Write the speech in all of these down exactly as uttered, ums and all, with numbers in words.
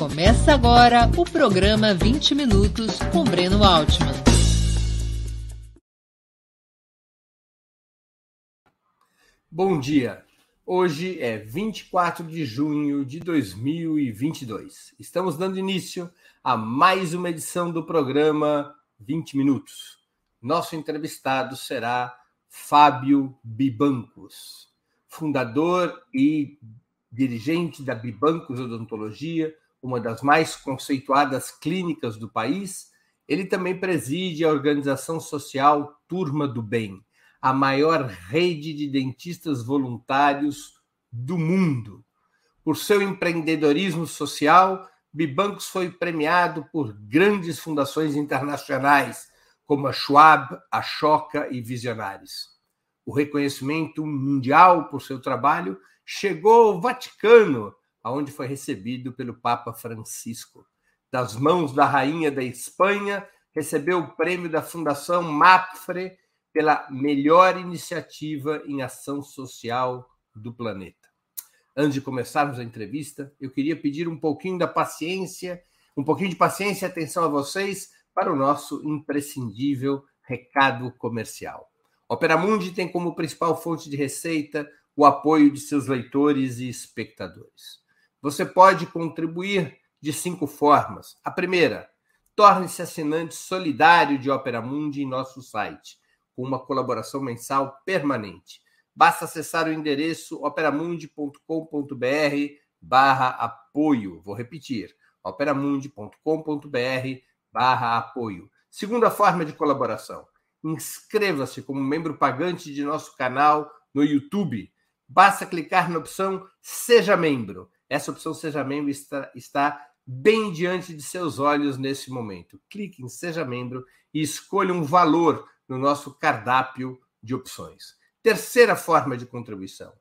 Começa agora o programa vinte minutos com Breno Altman. Bom dia. Hoje é vinte e quatro de junho de dois mil e vinte e dois. Estamos dando início a mais uma edição do programa vinte minutos. Nosso entrevistado será Fábio Bibancos, fundador e dirigente da Bibancos Odontologia, uma das mais conceituadas clínicas do país. Ele também preside a organização social Turma do Bem, a maior rede de dentistas voluntários do mundo. Por seu empreendedorismo social, Bibancos foi premiado por grandes fundações internacionais, como a Schwab, a Choca e Visionários. O reconhecimento mundial por seu trabalho chegou ao Vaticano, onde foi recebido pelo Papa Francisco. Das mãos da Rainha da Espanha, recebeu o prêmio da Fundação MAPFRE pela melhor iniciativa em ação social do planeta. Antes de começarmos a entrevista, eu queria pedir um pouquinho da paciência, um pouquinho de paciência e atenção a vocês para o nosso imprescindível recado comercial. Opera Mundi tem como principal fonte de receita o apoio de seus leitores e espectadores. Você pode contribuir de cinco formas. A primeira, torne-se assinante solidário de Opera Mundi em nosso site, com uma colaboração mensal permanente. Basta acessar o endereço operamundi.com.br barra apoio. Vou repetir, operamundi.com.br barra apoio. Segunda forma de colaboração, inscreva-se como membro pagante de nosso canal no YouTube. Basta clicar na opção Seja Membro. Essa opção Seja Membro está, está bem diante de seus olhos nesse momento. Clique em Seja Membro e escolha um valor no nosso cardápio de opções. Terceira forma de contribuição,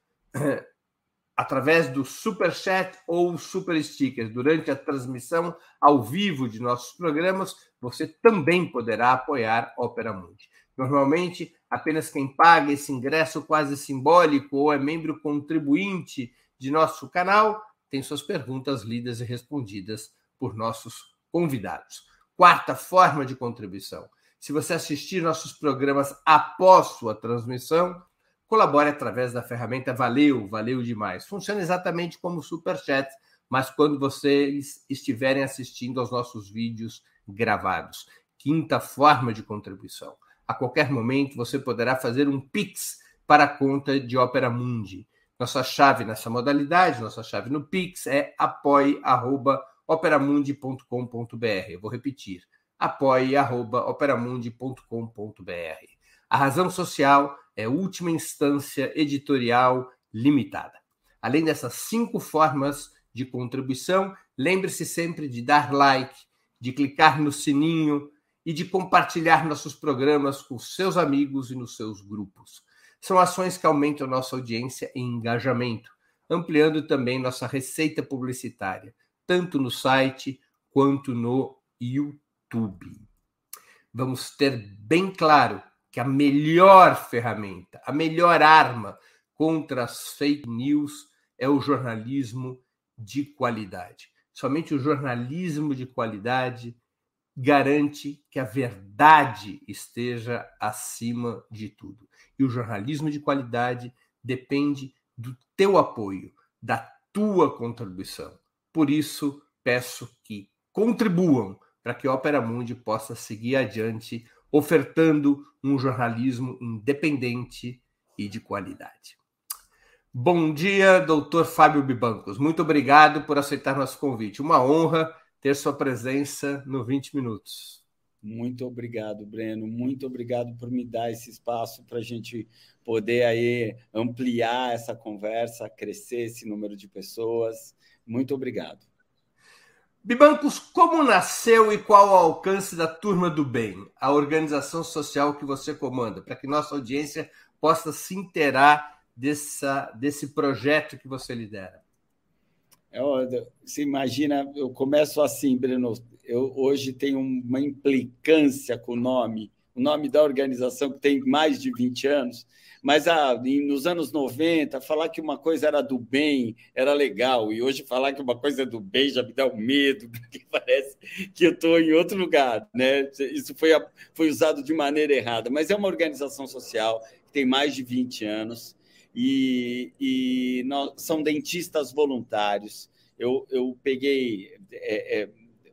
através do Super Chat ou Super Sticker. Durante a transmissão ao vivo de nossos programas, você também poderá apoiar Opera Mundi. Normalmente, apenas quem paga esse ingresso quase simbólico ou é membro contribuinte de nosso canal tem suas perguntas lidas e respondidas por nossos convidados. Quarta forma de contribuição. Se você assistir nossos programas após sua transmissão, colabore através da ferramenta Valeu, valeu demais. Funciona exatamente como o Superchat, mas quando vocês estiverem assistindo aos nossos vídeos gravados. Quinta forma de contribuição. A qualquer momento você poderá fazer um Pix para a conta de Opera Mundi. Nossa chave nessa modalidade, nossa chave no Pix é apoie arroba operamundi ponto com ponto br. Eu vou repetir, apoie arroba operamundi ponto com ponto br. A razão social é última instância editorial limitada. Além dessas cinco formas de contribuição, lembre-se sempre de dar like, de clicar no sininho e de compartilhar nossos programas com seus amigos e nos seus grupos. São ações que aumentam nossa audiência e engajamento, ampliando também nossa receita publicitária, tanto no site quanto no YouTube. Vamos ter bem claro que a melhor ferramenta, a melhor arma contra as fake news é o jornalismo de qualidade. Somente o jornalismo de qualidade garante que a verdade esteja acima de tudo. E o jornalismo de qualidade depende do teu apoio, da tua contribuição. Por isso, peço que contribuam para que a Opera Mundi possa seguir adiante, ofertando um jornalismo independente e de qualidade. Bom dia, doutor Fábio Bibancos. Muito obrigado por aceitar nosso convite. Uma honra ter sua presença no vinte minutos. Muito obrigado, Breno. Muito obrigado por me dar esse espaço para a gente poder aí ampliar essa conversa, crescer esse número de pessoas. Muito obrigado. Bibancos, como nasceu e qual o alcance da Turma do Bem, a organização social que você comanda, para que nossa audiência possa se inteirar dessa, desse projeto que você lidera? Você imagina, eu começo assim, Breno, eu hoje tenho uma implicância com o nome, o nome da organização, que tem mais de vinte anos, mas ah, nos anos noventa, falar que uma coisa era do bem era legal, e hoje falar que uma coisa é do bem já me dá um medo, porque parece que eu estou em outro lugar, né? Isso foi, foi usado de maneira errada, mas é uma organização social que tem mais de vinte anos, e, e nós, são dentistas voluntários. Eu, eu peguei... É, é,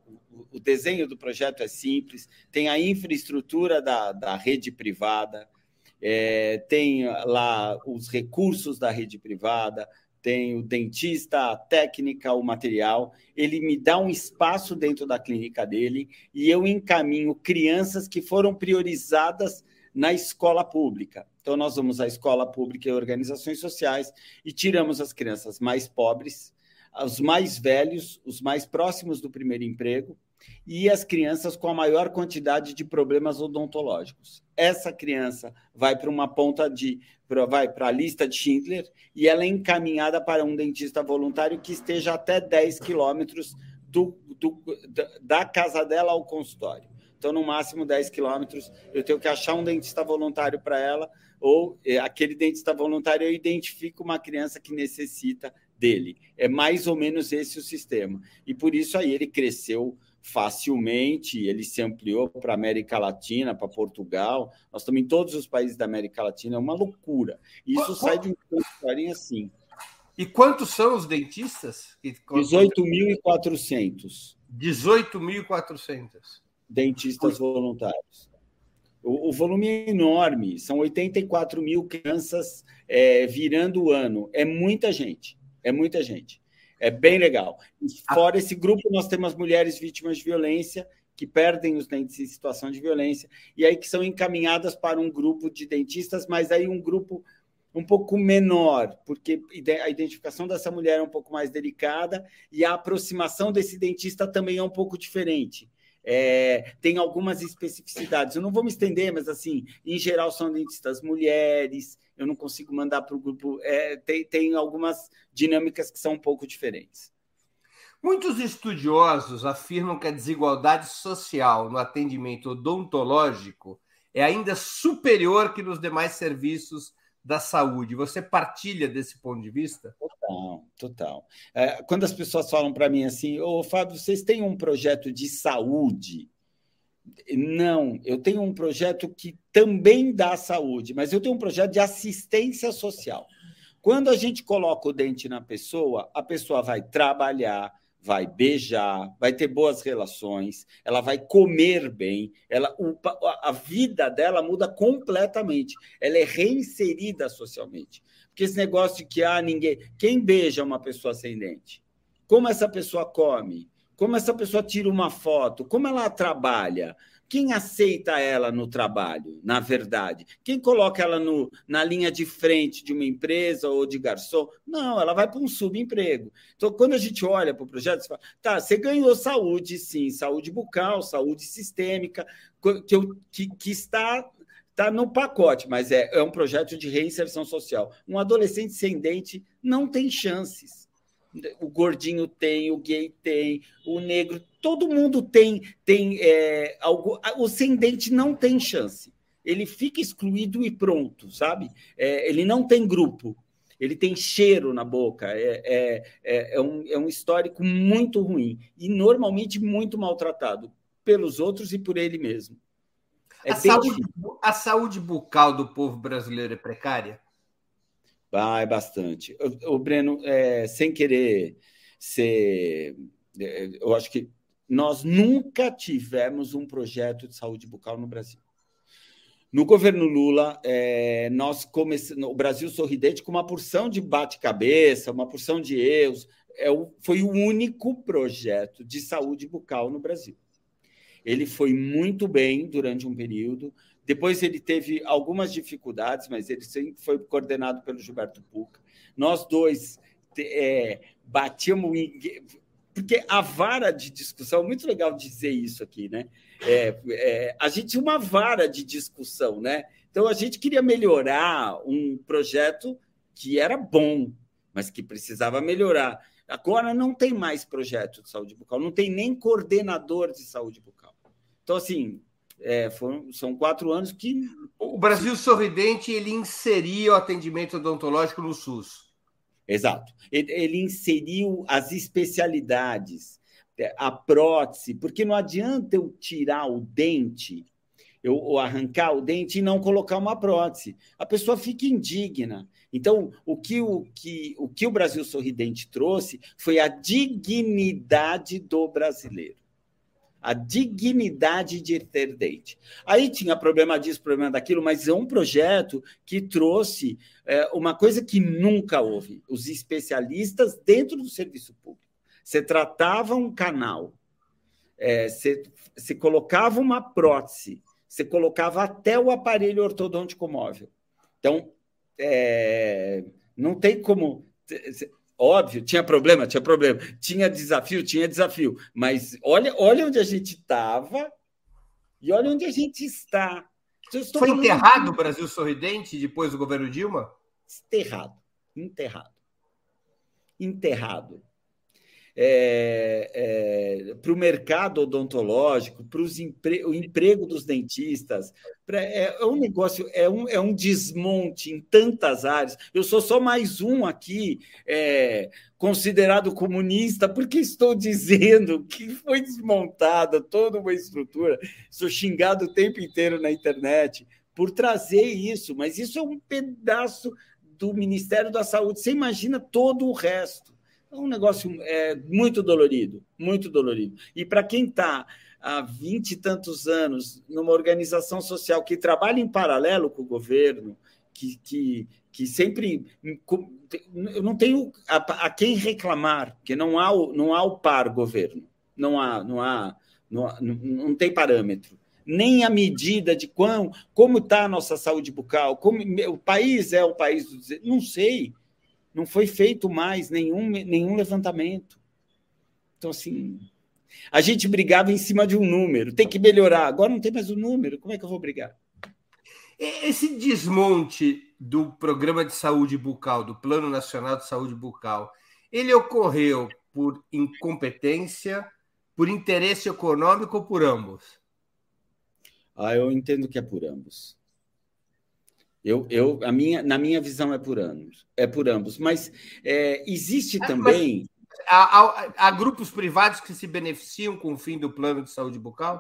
o desenho do projeto é simples, tem a infraestrutura da, da rede privada, é, tem lá os recursos da rede privada, tem o dentista, a técnica, o material. Ele me dá um espaço dentro da clínica dele e eu encaminho crianças que foram priorizadas na escola pública. Então, nós vamos à escola pública e organizações sociais e tiramos as crianças mais pobres, os mais velhos, os mais próximos do primeiro emprego, e as crianças com a maior quantidade de problemas odontológicos. Essa criança vai para uma ponta de... vai para a lista de Schindler e ela é encaminhada para um dentista voluntário que esteja até dez quilômetros do, do, da casa dela ao consultório. Então, no máximo dez quilômetros, eu tenho que achar um dentista voluntário para ela, ou aquele dentista voluntário eu identifico uma criança que necessita dele. É mais ou menos esse o sistema. E por isso aí ele cresceu facilmente, ele se ampliou para a América Latina, para Portugal, nós estamos em todos os países da América Latina, é uma loucura. E isso Qu sai de uma historinha assim. E quantos são os dentistas? dezoito mil e quatrocentos. dezoito mil e quatrocentos. Dentistas voluntários. O, o volume é enorme, são oitenta e quatro mil crianças é, virando o ano. É muita gente, é muita gente. É bem legal. Fora esse grupo, nós temos mulheres vítimas de violência que perdem os dentes em situação de violência e aí que são encaminhadas para um grupo de dentistas, mas aí um grupo um pouco menor, porque a identificação dessa mulher é um pouco mais delicada e a aproximação desse dentista também é um pouco diferente. É, tem algumas especificidades. Eu não vou me estender, mas, assim, em geral, são dentistas mulheres, eu não consigo mandar para o grupo... É, tem, tem algumas dinâmicas que são um pouco diferentes. Muitos estudiosos afirmam que a desigualdade social no atendimento odontológico é ainda superior que nos demais serviços da saúde. Você partilha desse ponto de vista? Total, total. É, quando as pessoas falam para mim assim, ô, Fábio, vocês têm um projeto de saúde? Não, eu tenho um projeto que também dá saúde, mas eu tenho um projeto de assistência social. Quando a gente coloca o dente na pessoa, a pessoa vai trabalhar, vai beijar, vai ter boas relações, ela vai comer bem, ela, a vida dela muda completamente, ela é reinserida socialmente. Porque esse negócio de que ah, ninguém... Quem beija uma pessoa sem dente? Como essa pessoa come? Como essa pessoa tira uma foto? Como ela trabalha? Quem aceita ela no trabalho, na verdade? Quem coloca ela no, na linha de frente de uma empresa ou de garçom? Não, ela vai para um subemprego. Então, quando a gente olha para o projeto, você fala, tá, você ganhou saúde, sim, saúde bucal, saúde sistêmica, que, eu, que, que está... Está no pacote, mas é, é um projeto de reinserção social. Um adolescente sem dente não tem chances. O gordinho tem, o gay tem, o negro, todo mundo tem. tem é, algo, o sem dente não tem chance. Ele fica excluído e pronto, sabe? É, ele não tem grupo, ele tem cheiro na boca. É, é, é, é, um, é um histórico muito ruim e normalmente muito maltratado pelos outros e por ele mesmo. É a, saúde, a saúde bucal do povo brasileiro é precária? Ah, é bastante. O Breno, é, sem querer ser... Eu acho que nós nunca tivemos um projeto de saúde bucal no Brasil. No governo Lula, é, nós comece... o Brasil Sorridente com uma porção de bate-cabeça, uma porção de erros. É o... Foi o único projeto de saúde bucal no Brasil. Ele foi muito bem durante um período, depois ele teve algumas dificuldades, mas ele sempre foi coordenado pelo Gilberto Pucca. Nós dois é, batíamos em... Porque a vara de discussão, muito legal dizer isso aqui, né? É, é, a gente tinha uma vara de discussão, né? Então, a gente queria melhorar um projeto que era bom, mas que precisava melhorar. Agora não tem mais projeto de saúde bucal, não tem nem coordenador de saúde bucal. Então, assim, É, foram, são quatro anos que... O Brasil Sorridente, ele inseria o atendimento odontológico no SUS. Exato. Ele, ele inseriu as especialidades, a prótese, porque não adianta eu tirar o dente, eu, ou arrancar o dente e não colocar uma prótese. A pessoa fica indigna. Então, o que o, que, o que o Brasil Sorridente trouxe foi a dignidade do brasileiro. A dignidade de ter dente. Aí tinha problema disso, problema daquilo, mas é um projeto que trouxe é, uma coisa que nunca houve: os especialistas dentro do serviço público. Você tratava um canal, é, você, você colocava uma prótese, você colocava até o aparelho ortodôntico móvel. Então, é, não tem como... Óbvio, tinha problema, tinha problema. Tinha desafio, tinha desafio. Mas olha, olha onde a gente estava e olha onde a gente está. Foi enterrado o Brasil Sorridente depois do governo Dilma? Enterrado. Enterrado. Enterrado. É, é, para o mercado odontológico, para os empre... o emprego dos dentistas, pra... é, é um negócio, é um, é um desmonte em tantas áreas. Eu sou só mais um aqui, é, considerado comunista, porque estou dizendo que foi desmontada toda uma estrutura. Sou xingado o tempo inteiro na internet por trazer isso, mas isso é um pedaço do Ministério da Saúde. Você imagina todo o resto. É um negócio é, muito dolorido, muito dolorido. E para quem está há vinte e tantos anos numa organização social que trabalha em paralelo com o governo, que, que, que sempre... Eu não tenho a, a quem reclamar, porque não há o, não há o par governo, não há, não há, não, há, não, não tem parâmetro. Nem a medida de quão, como está a nossa saúde bucal, como o país é o país... Do, não sei. Não foi feito mais nenhum, nenhum levantamento. Então, assim, a gente brigava em cima de um número. Tem que melhorar. Agora não tem mais o um número. Como é que eu vou brigar? Esse desmonte do Programa de Saúde Bucal, do Plano Nacional de Saúde Bucal, ele ocorreu por incompetência, por interesse econômico ou por ambos? Ah, eu entendo que é por ambos. Eu, eu, a minha, na minha visão é por ambos, é por ambos. Mas é, existe também... Mas há, há, há grupos privados que se beneficiam com o fim do plano de saúde bucal?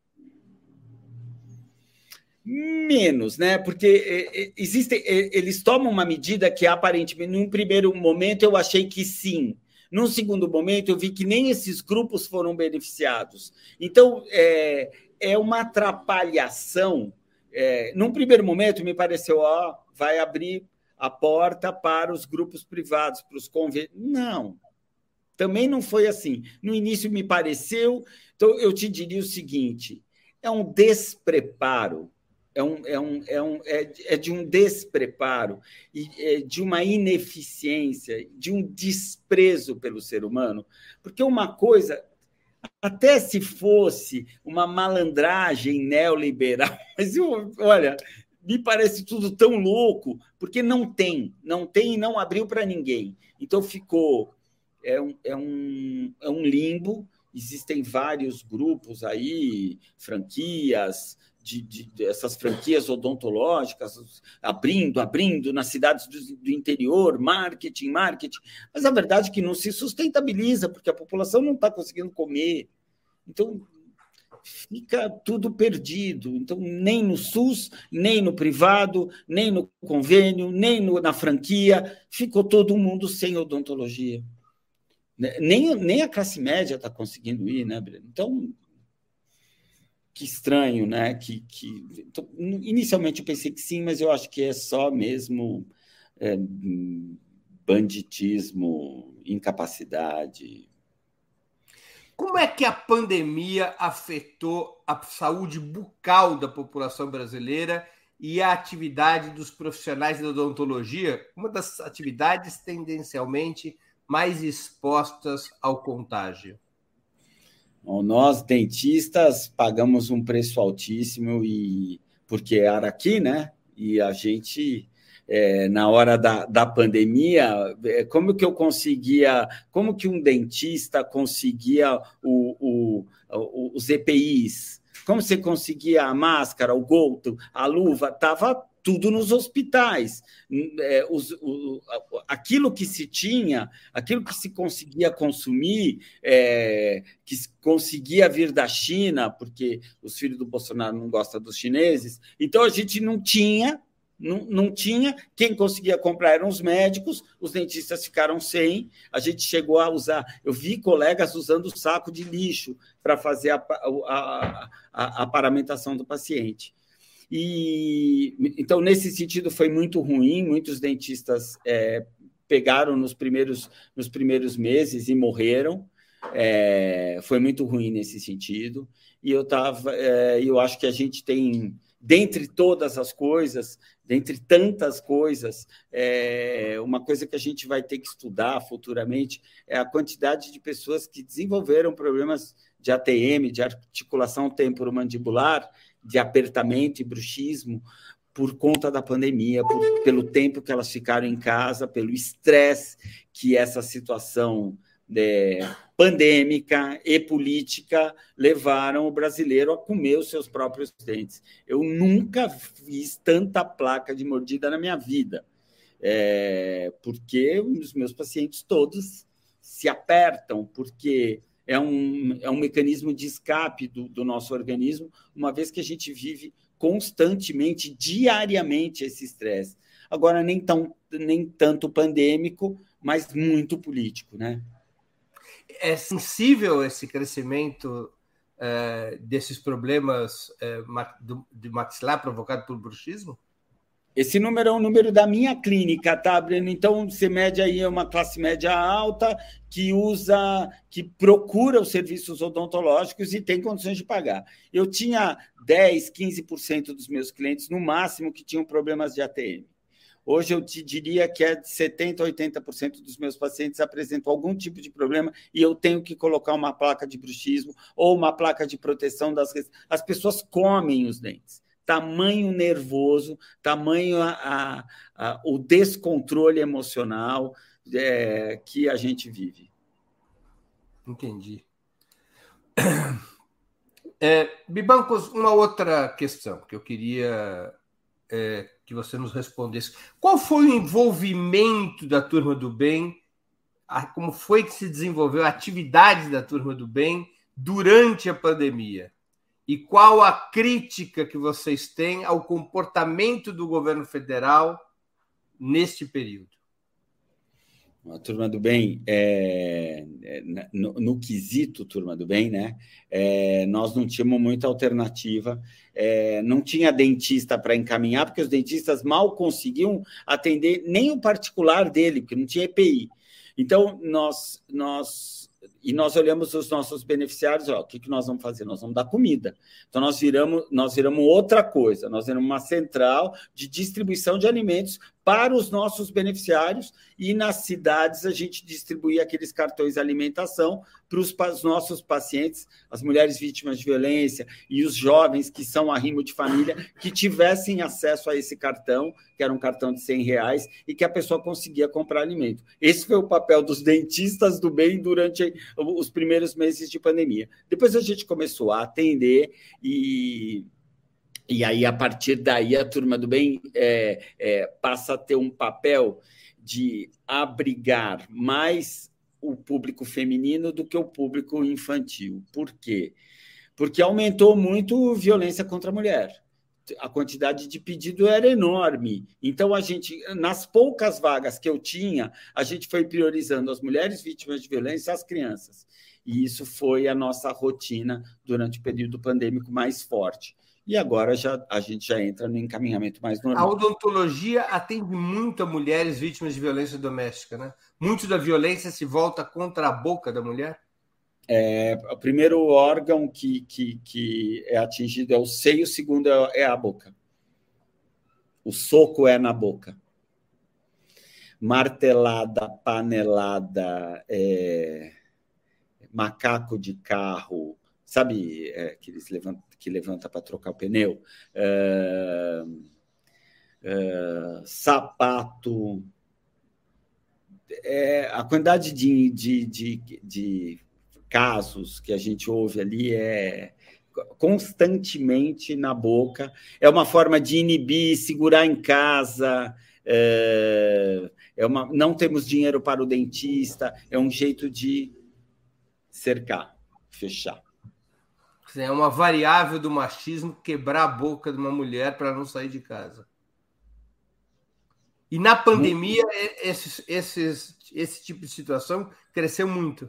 Menos, né? Porque existem, eles tomam uma medida que aparentemente, num primeiro momento, eu achei que sim. Num segundo momento, eu vi que nem esses grupos foram beneficiados. Então, é, é uma atrapalhação. É, num primeiro momento, me pareceu, ó, vai abrir a porta para os grupos privados, para os convênios. Não, também não foi assim. No início me pareceu, então eu te diria o seguinte: é um despreparo, é, um, é, um, é, um, é, é de um despreparo, e é de uma ineficiência, de um desprezo pelo ser humano, porque uma coisa... Até se fosse uma malandragem neoliberal, mas eu, olha, me parece tudo tão louco, porque não tem, não tem e não abriu para ninguém. Então ficou, é um, é, um, é um limbo, existem vários grupos aí, franquias, de, de, de essas franquias odontológicas, abrindo, abrindo nas cidades do, do interior, marketing, marketing, mas a verdade é que não se sustentabiliza, porque a população não está conseguindo comer. Então, fica tudo perdido. Então, nem no SUS, nem no privado, nem no convênio, nem no, na franquia, ficou todo mundo sem odontologia. Nem, nem a classe média está conseguindo ir, né, Breno? Então... Que estranho, né? Que, que... Então, inicialmente eu pensei que sim, mas eu acho que é só mesmo é, banditismo, incapacidade. Como é que a pandemia afetou a saúde bucal da população brasileira e a atividade dos profissionais da odontologia, uma das atividades tendencialmente mais expostas ao contágio? Nós, dentistas, pagamos um preço altíssimo, e porque era aqui, né? E a gente, é, na hora da, da pandemia, como que eu conseguia, como que um dentista conseguia o, o, o, os E P Is, como você conseguia a máscara, o gorro, a luva, estava tudo nos hospitais. É, os, o, aquilo que se tinha, aquilo que se conseguia consumir, é, que conseguia vir da China, porque os filhos do Bolsonaro não gostam dos chineses, então a gente não tinha, não, não tinha, quem conseguia comprar eram os médicos, os dentistas ficaram sem, a gente chegou a usar, eu vi colegas usando saco de lixo para fazer a, a, a, a paramentação do paciente. E, então, nesse sentido, foi muito ruim. Muitos dentistas é, pegaram nos primeiros, nos primeiros meses e morreram. É, foi muito ruim nesse sentido. E eu, tava, é, eu acho que a gente tem, dentre todas as coisas, dentre tantas coisas, é, uma coisa que a gente vai ter que estudar futuramente é a quantidade de pessoas que desenvolveram problemas de A T M, de articulação temporomandibular, de apertamento e bruxismo, por conta da pandemia, por, pelo tempo que elas ficaram em casa, pelo estresse que essa situação é, pandêmica e política levaram o brasileiro a comer os seus próprios dentes. Eu nunca fiz tanta placa de mordida na minha vida, é, porque os meus pacientes todos se apertam, porque é um, é um mecanismo de escape do, do nosso organismo, uma vez que a gente vive constantemente, diariamente, esse estresse. Agora, nem, tão, nem tanto pandêmico, mas muito político, né? É sensível esse crescimento é, desses problemas é, de maxilar provocado por bruxismo? Esse número é um número da minha clínica, tá, Breno? Então, você mede aí uma classe média alta que usa, que procura os serviços odontológicos e tem condições de pagar. Eu tinha dez, quinze por cento dos meus clientes, no máximo, que tinham problemas de A T M. Hoje eu te diria que é de setenta por cento a oitenta por cento dos meus pacientes apresentam algum tipo de problema e eu tenho que colocar uma placa de bruxismo ou uma placa de proteção das... As pessoas comem os dentes. Tamanho nervoso, tamanho a, a, a, o descontrole emocional é, que a gente vive. Entendi. É, Bibancos, uma outra questão que eu queria é, que você nos respondesse. Qual foi o envolvimento da Turma do Bem? A, como foi que se desenvolveu a atividade da Turma do Bem durante a pandemia? E qual a crítica que vocês têm ao comportamento do governo federal neste período? A Turma do Bem, é, no, no quesito Turma do Bem, né, é, nós não tínhamos muita alternativa, é, não tinha dentista para encaminhar, porque os dentistas mal conseguiam atender nem o particular dele, porque não tinha E P I. Então, nós... nós E nós olhamos os nossos beneficiários, ó, o que, que nós vamos fazer? Nós vamos dar comida. Então, nós viramos, nós viramos outra coisa, nós viramos uma central de distribuição de alimentos para os nossos beneficiários e nas cidades a gente distribuía aqueles cartões de alimentação para os nossos pacientes, as mulheres vítimas de violência e os jovens que são arrimo de família, que tivessem acesso a esse cartão, que era um cartão de cem reais, e que a pessoa conseguia comprar alimento. Esse foi o papel dos dentistas do bem durante os primeiros meses de pandemia. Depois a gente começou a atender e... E aí, a partir daí, a Turma do Bem é, é, passa a ter um papel de abrigar mais o público feminino do que o público infantil. Por quê? Porque aumentou muito a violência contra a mulher. A quantidade de pedido era enorme. Então, a gente, nas poucas vagas que eu tinha, a gente foi priorizando as mulheres vítimas de violência e as crianças. E isso foi a nossa rotina durante o período pandêmico mais forte. E agora já, a gente já entra no encaminhamento mais normal. A odontologia atende muito a mulheres vítimas de violência doméstica, né? Muito da violência se volta contra a boca da mulher? É, o primeiro órgão que, que, que é atingido é o seio, o segundo é a boca. O soco é na boca. Martelada, panelada, é, macaco de carro, sabe, é, que eles levantam, que levanta para trocar o pneu, é, é, sapato, é, a quantidade de, de, de, de casos que a gente ouve ali é constantemente na boca. É uma forma de inibir, segurar em casa. É, é uma, não temos dinheiro para o dentista. É um jeito de cercar, fechar. É uma variável do machismo quebrar a boca de uma mulher para não sair de casa. E na pandemia, esse, esse, esse tipo de situação cresceu muito.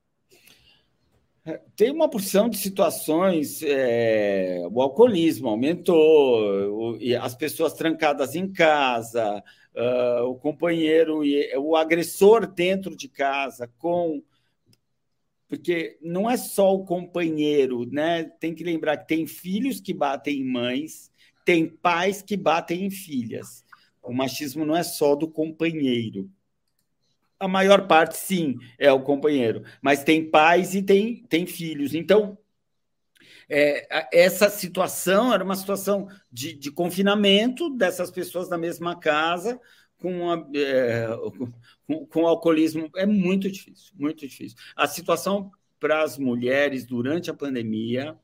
Tem uma porção de situações, é, o alcoolismo aumentou, o, e as pessoas trancadas em casa, uh, o companheiro, o agressor dentro de casa, com... Porque não é só o companheiro, né? Tem que lembrar que tem filhos que batem em mães, tem pais que batem em filhas. O machismo não é só do companheiro. A maior parte, sim, é o companheiro, mas tem pais e tem, tem filhos. Então, é, essa situação era uma situação de, de confinamento dessas pessoas na mesma casa, com, a, é, com, com o alcoolismo. É muito difícil, muito difícil. A situação para as mulheres durante a pandemia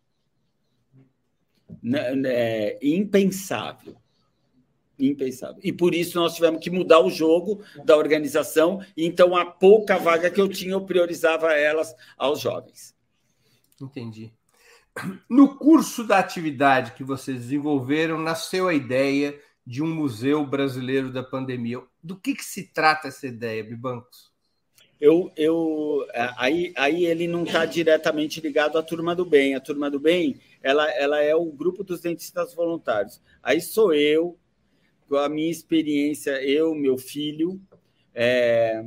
né, é impensável. Impensável. E por isso nós tivemos que mudar o jogo da organização, e então a pouca vaga que eu tinha, eu priorizava elas aos jovens. Entendi. No curso da atividade que vocês desenvolveram, nasceu a ideia de um museu brasileiro da pandemia. Do que, que se trata essa ideia, Bibancos? Eu, eu, aí, aí ele não está diretamente ligado à Turma do Bem. A Turma do Bem ela, ela é o grupo dos dentistas voluntários. Aí sou eu, com a minha experiência, eu, meu filho, é,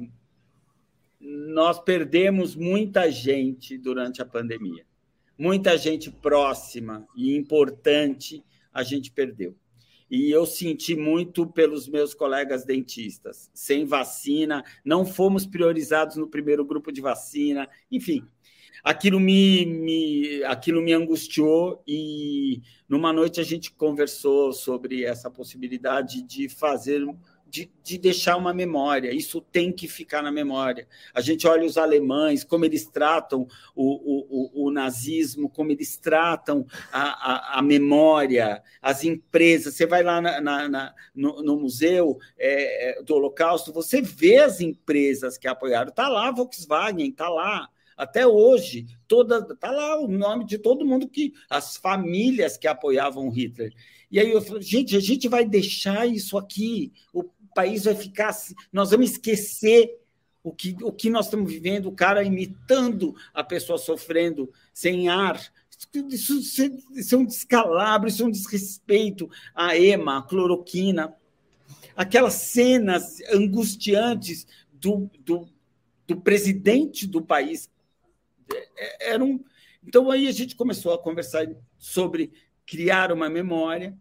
nós perdemos muita gente durante a pandemia. Muita gente próxima e importante a gente perdeu. E eu senti muito pelos meus colegas dentistas. Sem vacina, não fomos priorizados no primeiro grupo de vacina, enfim. Aquilo me, me, aquilo me angustiou e numa noite a gente conversou sobre essa possibilidade de fazer, de, de deixar uma memória. Isso tem que ficar na memória. A gente olha os alemães, como eles tratam o, o, o nazismo, como eles tratam a, a, a memória, as empresas. Você vai lá na, na, na, no, no museu é, do Holocausto, você vê as empresas que apoiaram. Está lá a Volkswagen, está lá. Até hoje, está lá o nome de todo mundo, que as famílias que apoiavam Hitler. E aí eu falei, gente, a gente vai deixar isso aqui, o país vai ficar assim, nós vamos esquecer o que, o que nós estamos vivendo, o cara imitando a pessoa sofrendo sem ar. Isso, isso, isso é um descalabro, isso é um desrespeito à EMA, à cloroquina. Aquelas cenas angustiantes do, do, do presidente do país. Era um... Então, aí a gente começou a conversar sobre criar uma memória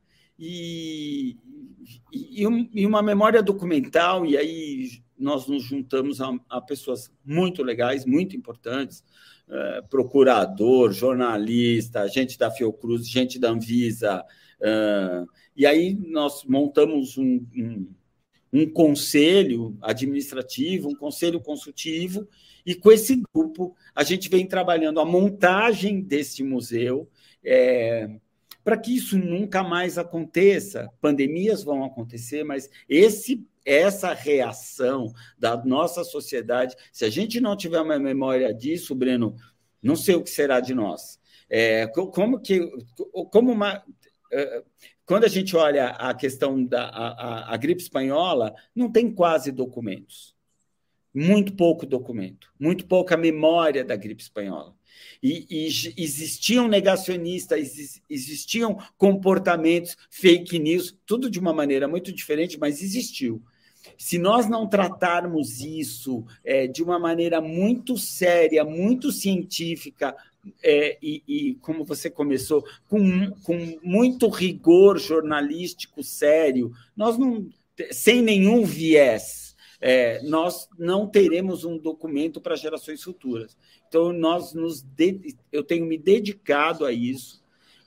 e, e, e uma memória documental, e aí nós nos juntamos a, a pessoas muito legais, muito importantes, uh, procurador, jornalista, gente da Fiocruz, gente da Anvisa, uh, e aí nós montamos um, um, um conselho administrativo, um conselho consultivo, e com esse grupo a gente vem trabalhando a montagem desse museu, é, para que isso nunca mais aconteça. Pandemias vão acontecer, mas esse, essa reação da nossa sociedade, se a gente não tiver uma memória disso, Breno, não sei o que será de nós. É, como que... Como uma, quando a gente olha a questão da a, a, a gripe espanhola, não tem quase documentos. Muito pouco documento, muito pouca memória da gripe espanhola. E, e existiam negacionistas, existiam comportamentos, fake news, tudo de uma maneira muito diferente, mas existiu. Se nós não tratarmos isso é, de uma maneira muito séria, muito científica, é, e, e, como você começou, com, com muito rigor jornalístico sério, nós não, sem nenhum viés, É, nós não teremos um documento para gerações futuras. Então, nós nos de... eu tenho me dedicado a isso,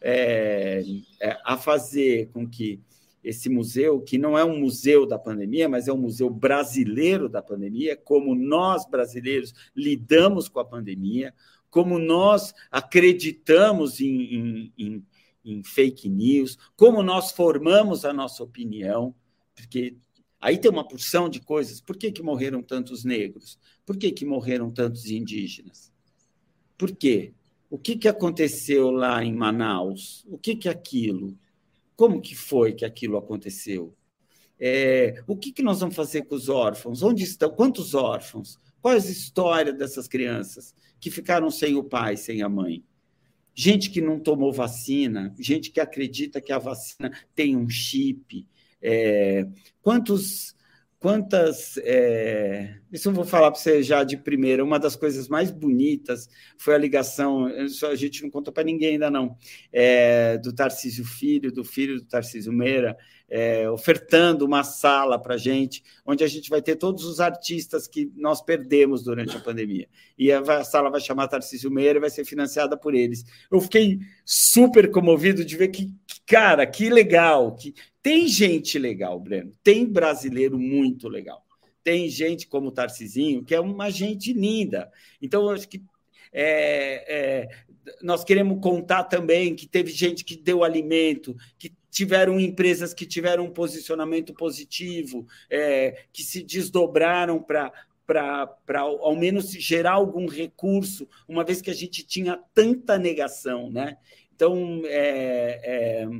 é, é, a fazer com que esse museu, que não é um museu da pandemia, mas é um museu brasileiro da pandemia, como nós, brasileiros, lidamos com a pandemia, como nós acreditamos em, em, em, em fake news, como nós formamos a nossa opinião, porque aí tem uma porção de coisas. Por que, que morreram tantos negros? Por que, que morreram tantos indígenas? Por quê? O que, que aconteceu lá em Manaus? O que, que é aquilo? Como que foi que aquilo aconteceu? É, o que, que nós vamos fazer com os órfãos? Onde estão? Quantos órfãos? Qual é a história dessas crianças que ficaram sem o pai, sem a mãe? Gente que não tomou vacina, gente que acredita que a vacina tem um chip. É, quantos... Quantas... É... Isso eu vou falar para você já de primeira. Uma das coisas mais bonitas foi a ligação, isso a gente não contou para ninguém ainda não, é, do Tarcísio Filho, do filho do Tarcísio Meira, é, ofertando uma sala para a gente, onde a gente vai ter todos os artistas que nós perdemos durante a pandemia. E a, a sala vai chamar Tarcísio Meira e vai ser financiada por eles. Eu fiquei super comovido de ver que, que cara, que legal, que... Tem gente legal, Breno, tem brasileiro muito legal. Tem gente como o Tarcisinho, que é uma gente linda. Então, eu acho que é, é, nós queremos contar também que teve gente que deu alimento, que tiveram empresas que tiveram um posicionamento positivo, é, que se desdobraram para... para, ao menos, gerar algum recurso, uma vez que a gente tinha tanta negação, né? Então, é... é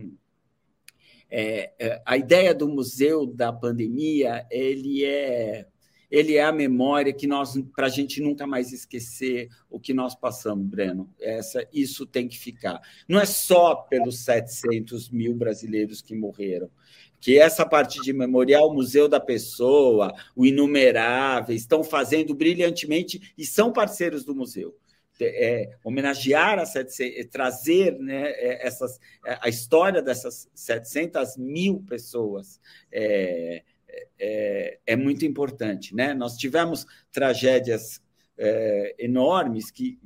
É, é, a ideia do museu da pandemia, ele é, ele é a memória que nós, para a gente nunca mais esquecer o que nós passamos, Breno. Essa, isso tem que ficar. Não é só pelos setecentos mil brasileiros que morreram, que essa parte de memorial, o Museu da Pessoa, o Inumeráveis, estão fazendo brilhantemente e são parceiros do museu. É, homenagear, a setecentas, trazer, né, essas, a história dessas setecentas mil pessoas é, é, é muito importante, né? Nós tivemos tragédias é, enormes, que,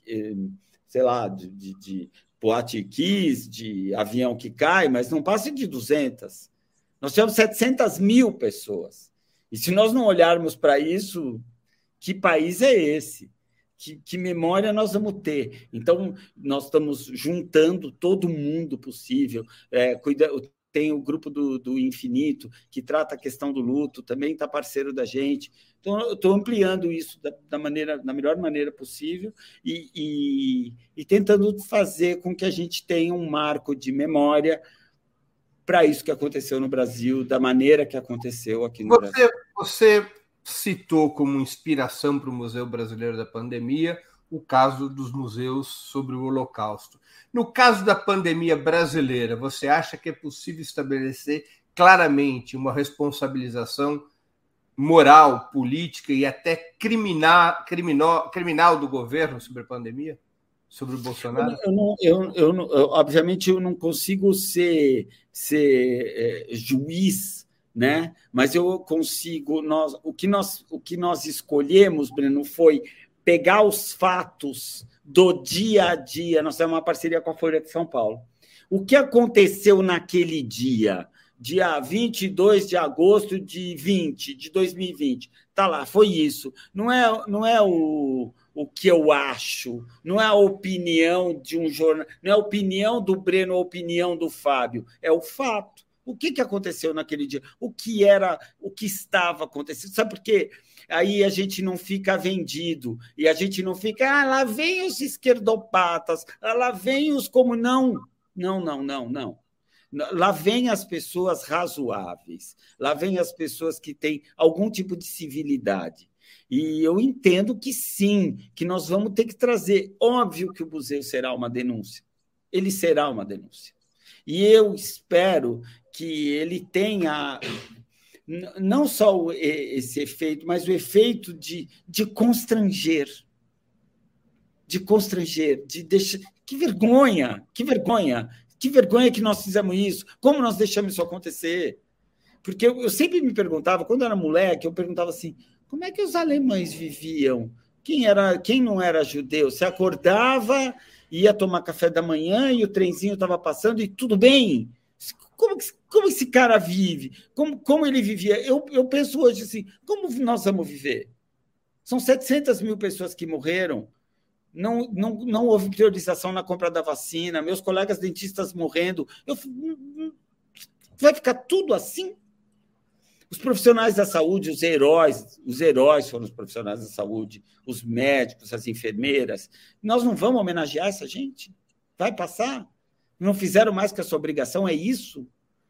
sei lá, de, de, de Poate Kiss, de avião que cai, mas não passa de duzentas. Nós tivemos setecentas mil pessoas. E se nós não olharmos para isso, que país é esse? Que, que memória nós vamos ter? Então, nós estamos juntando todo mundo possível. É, cuida, tem o grupo do, do Infinito, que trata a questão do luto, também está parceiro da gente. Então, eu estou ampliando isso da, da, maneira, da melhor maneira possível e, e, e tentando fazer com que a gente tenha um marco de memória para isso que aconteceu no Brasil, da maneira que aconteceu aqui no você, Brasil. Você... citou como inspiração para o Museu Brasileiro da Pandemia o caso dos museus sobre o Holocausto. No caso da pandemia brasileira, você acha que é possível estabelecer claramente uma responsabilização moral, política e até criminal, criminal, criminal do governo sobre a pandemia? Sobre o Bolsonaro? Eu, não, eu, eu, não, eu obviamente, eu não consigo ser, ser é, juiz, né? Mas eu consigo, nós, o, que nós, o que nós escolhemos, Breno, foi pegar os fatos do dia a dia. Nós temos uma parceria com a Folha de São Paulo. O que aconteceu naquele dia, dia vinte e dois de agosto de vinte, de dois mil e vinte? Tá lá, foi isso. Não é, não é o, o que eu acho, não é a opinião de um jornal, não é a opinião do Breno, a opinião do Fábio, é o fato. O que, que aconteceu naquele dia? O que era, o que estava acontecendo? Sabe por quê? Aí a gente não fica vendido, e a gente não fica, ah, lá vem os esquerdopatas, ah, lá vem os como... Não, não, não, não, não. Lá vem as pessoas razoáveis, lá vem as pessoas que têm algum tipo de civilidade. E eu entendo que sim, que nós vamos ter que trazer. Óbvio que o museu será uma denúncia. Ele será uma denúncia. E eu espero que ele tenha não só esse efeito, mas o efeito de, de constranger. De constranger, de deixar... Que vergonha, que vergonha, que vergonha que nós fizemos isso. Como nós deixamos isso acontecer? Porque eu, eu sempre me perguntava, quando eu era moleque, eu perguntava assim, como é que os alemães viviam? Quem, era, quem não era judeu? Você acordava, ia tomar café da manhã e o trenzinho estava passando e tudo bem. Como, como esse cara vive? Como, como ele vivia? Eu, eu penso hoje assim, como nós vamos viver? São setecentas mil pessoas que morreram. Não, não, não houve priorização na compra da vacina, meus colegas dentistas morrendo. Eu, vai ficar tudo assim? Os profissionais da saúde, os heróis, os heróis foram os profissionais da saúde, os médicos, as enfermeiras. Nós não vamos homenagear essa gente? Vai passar? Não fizeram mais que a sua obrigação? É isso?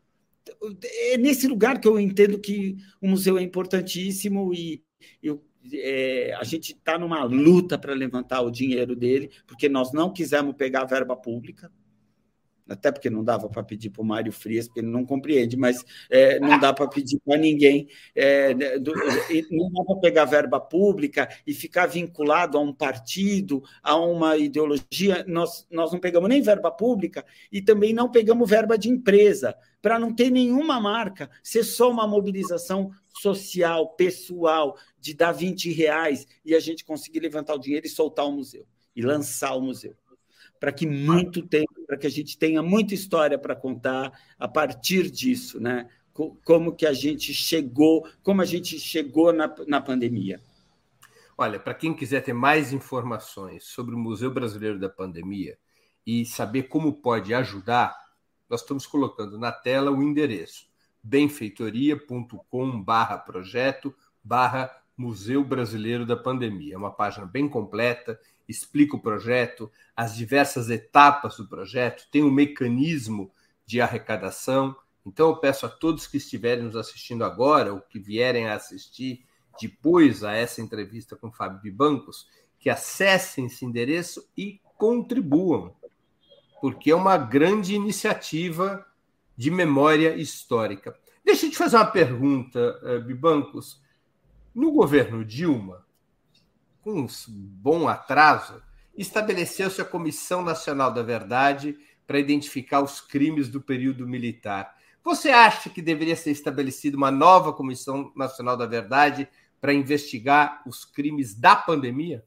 É nesse lugar que eu entendo que o museu é importantíssimo e eu, é, a gente está numa luta para levantar o dinheiro dele, porque nós não quisemos pegar a verba pública, até porque não dava para pedir para o Mário Frias, porque ele não compreende, mas é, não dá para pedir para ninguém, é, do, não dá para pegar verba pública e ficar vinculado a um partido, a uma ideologia. Nós, nós não pegamos nem verba pública e também não pegamos verba de empresa, para não ter nenhuma marca, ser só uma mobilização social, pessoal, de dar vinte reais e a gente conseguir levantar o dinheiro e soltar o museu, e lançar o museu. Para que muito tempo, para que a gente tenha muita história para contar a partir disso, né? Como que a gente chegou, como a gente chegou na, na pandemia. Olha, para quem quiser ter mais informações sobre o Museu Brasileiro da Pandemia e saber como pode ajudar, nós estamos colocando na tela o endereço benfeitoria ponto com barra projeto barra Museu Brasileiro da Pandemia. É uma página bem completa, explica o projeto, as diversas etapas do projeto, tem um mecanismo de arrecadação. Então, eu peço a todos que estiverem nos assistindo agora ou que vierem a assistir depois a essa entrevista com o Fábio Bibancos, que acessem esse endereço e contribuam, porque é uma grande iniciativa de memória histórica. Deixa eu te fazer uma pergunta, Bibancos. No governo Dilma, com um bom atraso, estabeleceu-se a Comissão Nacional da Verdade para identificar os crimes do período militar. Você acha que deveria ser estabelecida uma nova Comissão Nacional da Verdade para investigar os crimes da pandemia?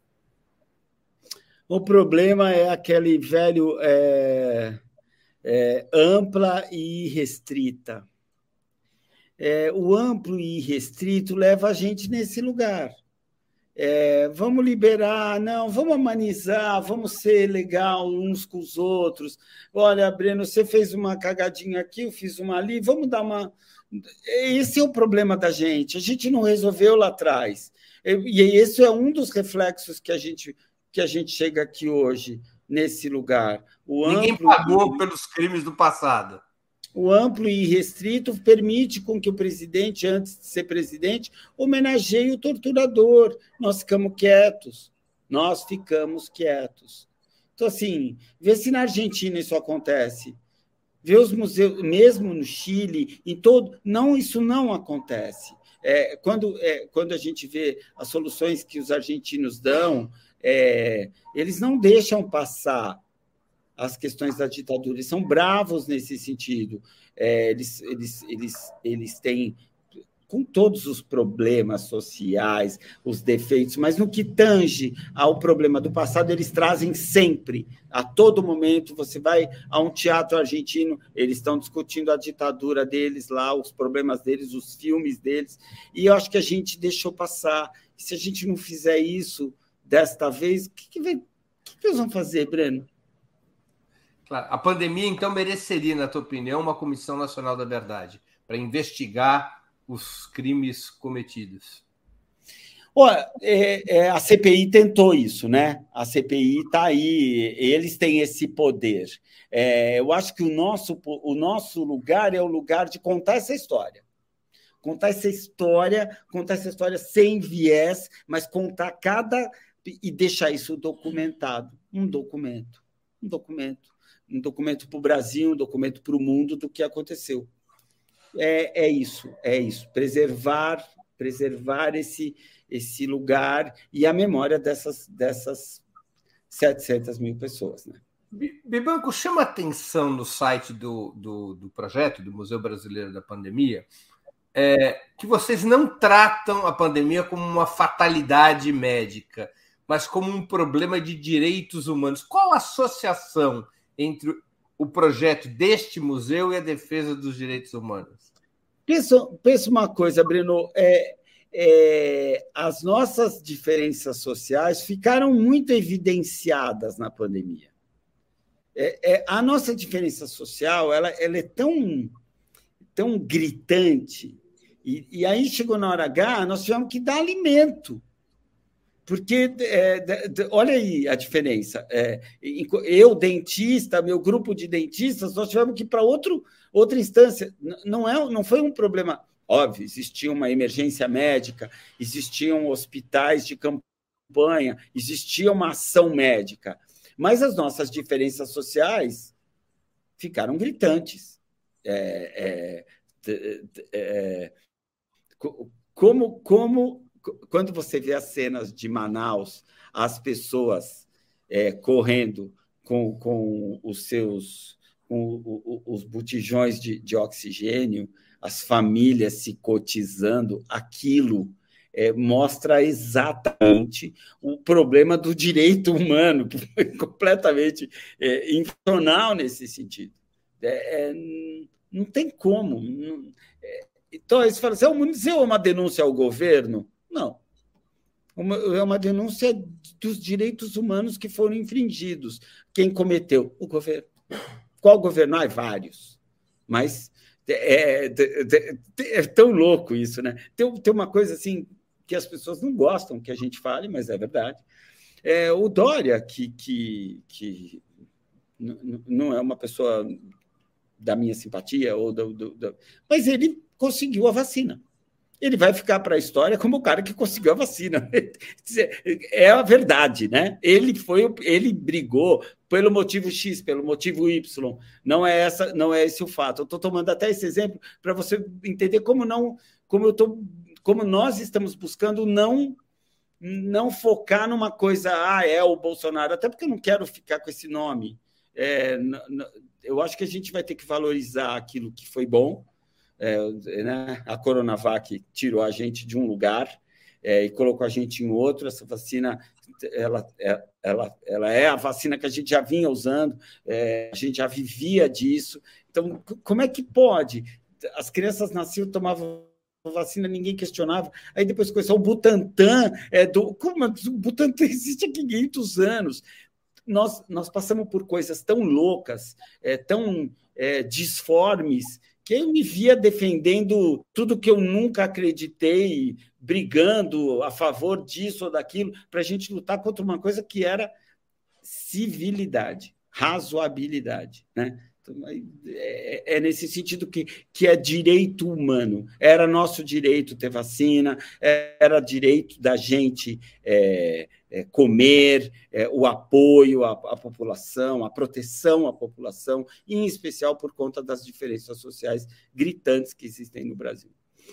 O problema é aquele velho é, é, ampla e restrita. É, o amplo e restrito leva a gente nesse lugar. É, vamos liberar, não, vamos amenizar, vamos ser legal uns com os outros. Olha, Breno, você fez uma cagadinha aqui, eu fiz uma ali, vamos dar uma... Esse é o problema da gente, a gente não resolveu lá atrás. E esse é um dos reflexos que a gente, que a gente chega aqui hoje, nesse lugar. O Ninguém amplo... pagou pelos crimes do passado. O amplo e restrito permite com que o presidente, antes de ser presidente, homenageie o torturador. Nós ficamos quietos. Nós ficamos quietos. Então, assim, vê se na Argentina isso acontece. Vê os museus, mesmo no Chile, em todo... Não, isso não acontece. É, quando, é, quando a gente vê as soluções que os argentinos dão, é, eles não deixam passar as questões da ditadura, eles são bravos nesse sentido. É, eles, eles, eles, eles têm, com todos os problemas sociais, os defeitos, mas no que tange ao problema do passado, eles trazem sempre, a todo momento. Você vai a um teatro argentino, eles estão discutindo a ditadura deles lá, os problemas deles, os filmes deles, e eu acho que a gente deixou passar. Se a gente não fizer isso desta vez, o que, que, vai, o que, que eles vão fazer, Breno? Claro. A pandemia, então, mereceria, na tua opinião, uma Comissão Nacional da Verdade para investigar os crimes cometidos? Olha, é, é, a C P I tentou isso, né? A C P I está aí, eles têm esse poder. É, eu acho que o nosso, o nosso lugar é o lugar de contar essa história. Contar essa história, contar essa história sem viés, mas contar cada... e deixar isso documentado. Um documento. Um documento. Um documento para o Brasil, um documento para o mundo do que aconteceu. É, é isso, é isso. Preservar, preservar esse, esse lugar e a memória dessas, dessas setecentas mil pessoas. Né? Bibanco, chama atenção no site do, do, do projeto, do Museu Brasileiro da Pandemia, é, que vocês não tratam a pandemia como uma fatalidade médica, mas como um problema de direitos humanos. Qual a associação entre o projeto deste museu e a defesa dos direitos humanos? Pensa, pensa uma coisa, Breno, é, é, as nossas diferenças sociais ficaram muito evidenciadas na pandemia. É, é, a nossa diferença social ela, ela é tão, tão gritante, e, e aí chegou na hora H, nós tivemos que dar alimento. Porque, é, olha aí a diferença. É, eu, dentista, meu grupo de dentistas, nós tivemos que ir para outra instância. Não, é, não foi um problema. Óbvio, existia uma emergência médica, existiam hospitais de campanha, existia uma ação médica. Mas as nossas diferenças sociais ficaram gritantes. É, é, é, como. como Quando você vê as cenas de Manaus, as pessoas é, correndo com, com os seus com os botijões de, de oxigênio, as famílias se cotizando, aquilo é, mostra exatamente o problema do direito humano, que foi completamente é, infernal nesse sentido. É, é, não tem como. Não, é, então, eles falam assim, é uma denúncia ao governo? Não. Uma, é uma denúncia dos direitos humanos que foram infringidos. Quem cometeu? O governo. Qual governo? Ah, vários. Mas é, é, é tão louco isso, né? Tem, tem uma coisa assim que as pessoas não gostam que a gente fale, mas é verdade. É, o Dória, que, que, que não é uma pessoa da minha simpatia, ou do, do, do, mas ele conseguiu a vacina. Ele vai ficar para a história como o cara que conseguiu a vacina. É a verdade, né? Ele foi, ele brigou pelo motivo X, pelo motivo Y. Não é essa, não é esse o fato. Eu estou tomando até esse exemplo para você entender como não, como eu tô, como nós estamos buscando não não focar numa coisa, ah, é o Bolsonaro, até porque eu não quero ficar com esse nome. É, eu acho que a gente vai ter que valorizar aquilo que foi bom. É, né? A Coronavac tirou a gente de um lugar é, e colocou a gente em outro. Essa vacina ela, ela, ela é a vacina que a gente já vinha usando, é, a gente já vivia disso. Então, como é que pode? As crianças nasciam, tomavam vacina, ninguém questionava. Aí depois começou o Butantan. É, do, como o Butantan existe há quinhentos anos. Nós, nós passamos por coisas tão loucas, é, tão é, disformes, que eu me via defendendo tudo que eu nunca acreditei, brigando a favor disso ou daquilo, para a gente lutar contra uma coisa que era civilidade, razoabilidade, né? Então, é, é nesse sentido que, que é direito humano. Era nosso direito ter vacina, era direito da gente é, é, comer, é, o apoio à, à população, a proteção à população, e, em especial por conta das diferenças sociais gritantes que existem no Brasil.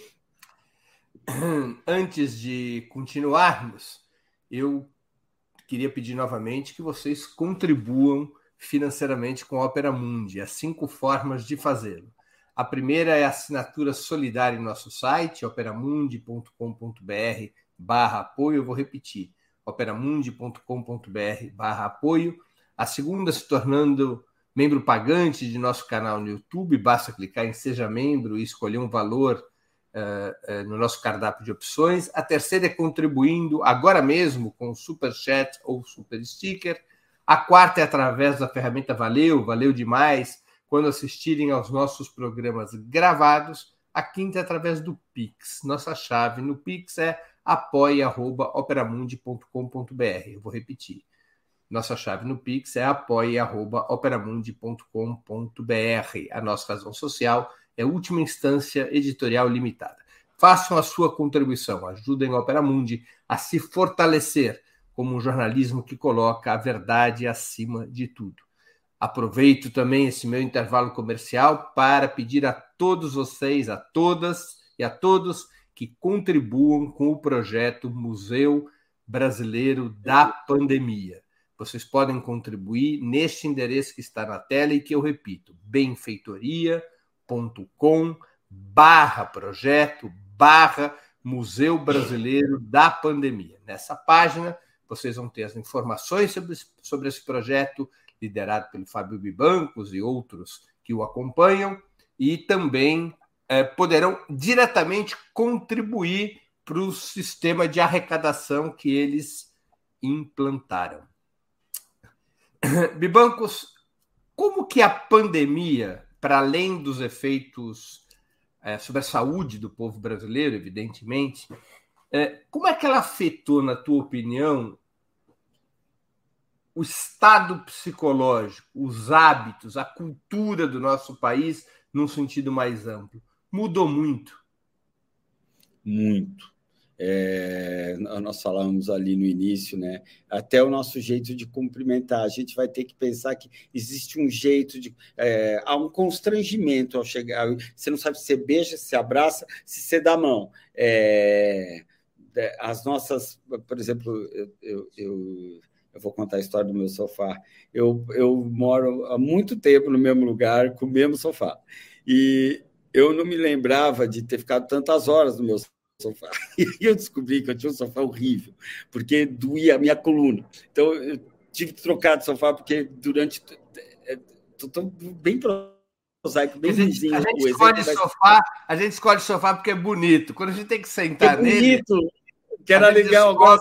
Antes de continuarmos, eu queria pedir novamente que vocês contribuam financeiramente com a Opera Mundi. Há cinco formas de fazê-lo. A primeira é a assinatura solidária em nosso site, operamundi.com.br barra apoio. Eu vou repetir, operamundi.com.br barra apoio. A segunda, se tornando membro pagante de nosso canal no YouTube. Basta clicar em Seja Membro e escolher um valor uh, uh, no nosso cardápio de opções. A terceira é contribuindo agora mesmo com o Super Chat ou Super Sticker. A quarta é através da ferramenta Valeu, valeu demais, quando assistirem aos nossos programas gravados. A quinta é através do Pix. Nossa chave no Pix é apoia arroba operamundi ponto com ponto br. Eu vou repetir. Nossa chave no Pix é apoia arroba operamundi ponto com ponto br. A nossa razão social é última instância editorial limitada. Façam a sua contribuição, ajudem a Opera Mundi a se fortalecer como um jornalismo que coloca a verdade acima de tudo. Aproveito também esse meu intervalo comercial para pedir a todos vocês, a todas e a todos que contribuam com o projeto Museu Brasileiro da Pandemia. Vocês podem contribuir neste endereço que está na tela e que eu repito, benfeitoria.com barra projeto barra Museu Brasileiro da Pandemia. Nessa página, vocês vão ter as informações sobre, sobre esse projeto, liderado pelo Fábio Bibancos e outros que o acompanham, e também eh, poderão diretamente contribuir para o sistema de arrecadação que eles implantaram. Bibancos, como que a pandemia, para além dos efeitos é, sobre a saúde do povo brasileiro, evidentemente, é, como é que ela afetou, na tua opinião, o estado psicológico, os hábitos, a cultura do nosso país, num sentido mais amplo? Mudou muito? Muito. É, nós falamos ali no início, né? Até o nosso jeito de cumprimentar. A gente vai ter que pensar que existe um jeito de... É, há um constrangimento ao chegar. Você não sabe se você beija, se você abraça, se você dá a mão. É, as nossas... Por exemplo, eu... eu, eu Eu vou contar a história do meu sofá. Eu, eu moro há muito tempo no mesmo lugar, com o mesmo sofá. E eu não me lembrava de ter ficado tantas horas no meu sofá. E eu descobri que eu tinha um sofá horrível, porque doía a minha coluna. Então, eu tive que trocar de sofá, porque durante... Estou bem prosaico, bem ruimzinho. A gente, escolhe sofá, a gente escolhe sofá porque é bonito. Quando a gente tem que sentar é nele... bonito, que era legal. Agora...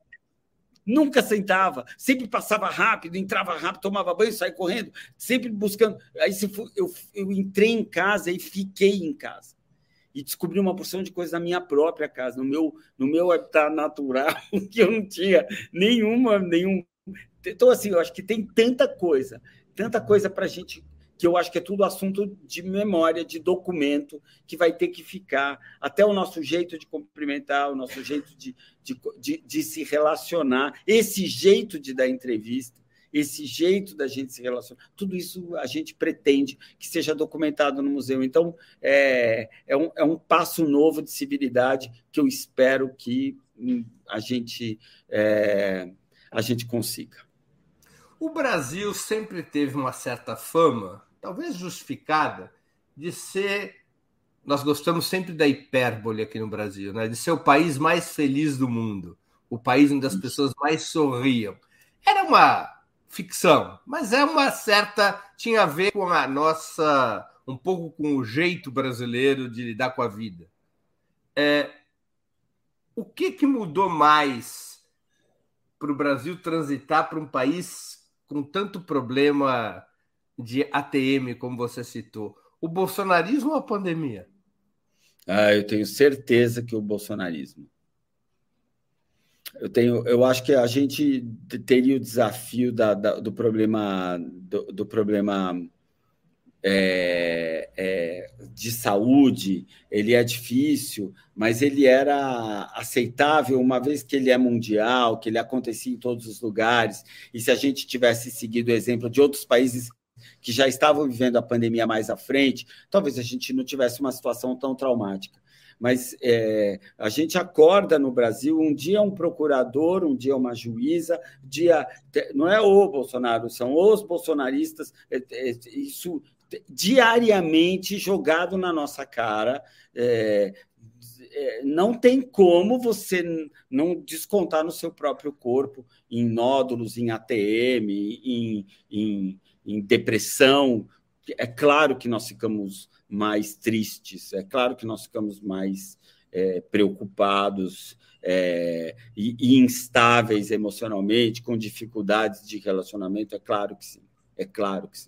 Nunca sentava, sempre passava rápido, entrava rápido, tomava banho, saía correndo, sempre buscando. Aí eu, eu entrei em casa e fiquei em casa. E descobri uma porção de coisas na minha própria casa, no meu, no meu habitat natural, que eu não tinha nenhuma, nenhum. Então, assim, eu acho que tem tanta coisa, tanta coisa para a gente, que eu acho que é tudo assunto de memória, de documento, que vai ter que ficar, até o nosso jeito de cumprimentar, o nosso jeito de, de, de, de se relacionar, esse jeito de dar entrevista, esse jeito da gente se relacionar, tudo isso a gente pretende que seja documentado no museu. Então, é, é, um, é um passo novo de civilidade que eu espero que a gente, é, a gente consiga. O Brasil sempre teve uma certa fama, talvez justificada, de ser... Nós gostamos sempre da hipérbole aqui no Brasil, né? De ser o país mais feliz do mundo, o país onde as pessoas mais sorriam. Era uma ficção, mas é uma certa... tinha a ver com a nossa... um pouco com o jeito brasileiro de lidar com a vida. É... O que, que mudou mais para o Brasil transitar para um país com tanto problema de A T M, como você citou? O bolsonarismo ou a pandemia? Ah, eu tenho certeza que o bolsonarismo. Eu, tenho, eu acho que a gente teria o desafio da, da, do problema, do, do problema é, é, de saúde. Ele é difícil, mas ele era aceitável uma vez que ele é mundial, que ele acontecia em todos os lugares. E se a gente tivesse seguido o exemplo de outros países que já estavam vivendo a pandemia mais à frente, talvez a gente não tivesse uma situação tão traumática. Mas é, a gente acorda no Brasil, um dia um procurador, um dia uma juíza, um dia, não é o Bolsonaro, são os bolsonaristas, é, é, isso diariamente jogado na nossa cara. É, é, não tem como você não descontar no seu próprio corpo em nódulos, em A T M, em, em, em depressão. É claro que nós ficamos mais tristes, é claro que nós ficamos mais é, preocupados é, e, e instáveis emocionalmente, com dificuldades de relacionamento, é claro que sim, é claro que sim.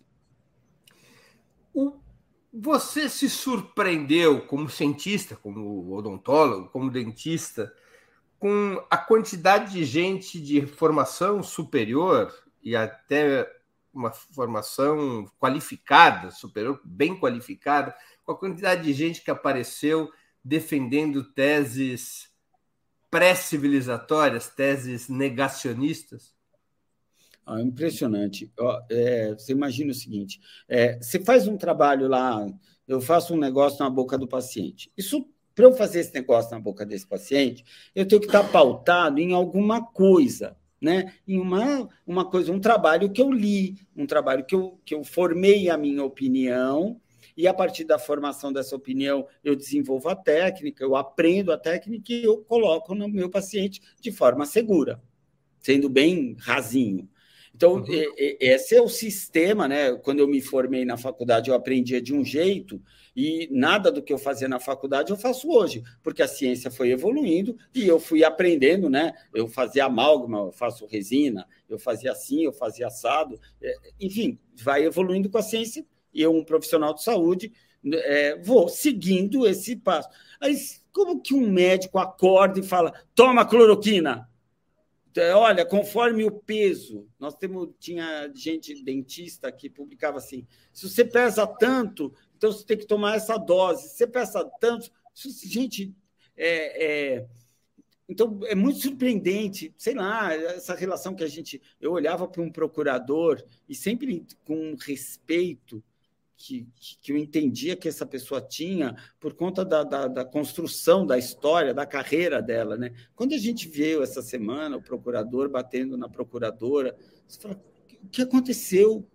Você se surpreendeu como cientista, como odontólogo, como dentista, com a quantidade de gente de formação superior e até uma formação qualificada, superior, bem qualificada, com a quantidade de gente que apareceu defendendo teses pré-civilizatórias, teses negacionistas? Ah, impressionante. É, você imagina o seguinte, é, você faz um trabalho lá, eu faço um negócio na boca do paciente. Isso, para eu fazer esse negócio na boca desse paciente, eu tenho que estar pautado em alguma coisa, né? Em uma, uma coisa, um trabalho que eu li, um trabalho que eu, que eu formei a minha opinião, e a partir da formação dessa opinião eu desenvolvo a técnica, eu aprendo a técnica e eu coloco no meu paciente de forma segura, sendo bem rasinho. Então, uhum. Esse é o sistema, né? Quando eu me formei na faculdade, eu aprendia de um jeito, E nada do que eu fazia na faculdade eu faço hoje, porque a ciência foi evoluindo e eu fui aprendendo, né? Eu fazia amálgama, eu faço resina, eu fazia assim, eu fazia assado, enfim, vai evoluindo com a ciência e eu, um profissional de saúde, é, vou seguindo esse passo. Aí, como que um médico acorda e fala, toma cloroquina? Olha, conforme o peso, nós temos, tinha gente dentista que publicava assim, se você pesa tanto, então você tem que tomar essa dose, se você pesa tanto, gente, é, é, então é muito surpreendente, sei lá, essa relação que a gente, eu olhava para um procurador e sempre com respeito, Que, que eu entendia que essa pessoa tinha por conta da, da, da construção da história, da carreira dela. Né? Quando a gente viu essa semana o procurador batendo na procuradora, você fala, o que aconteceu?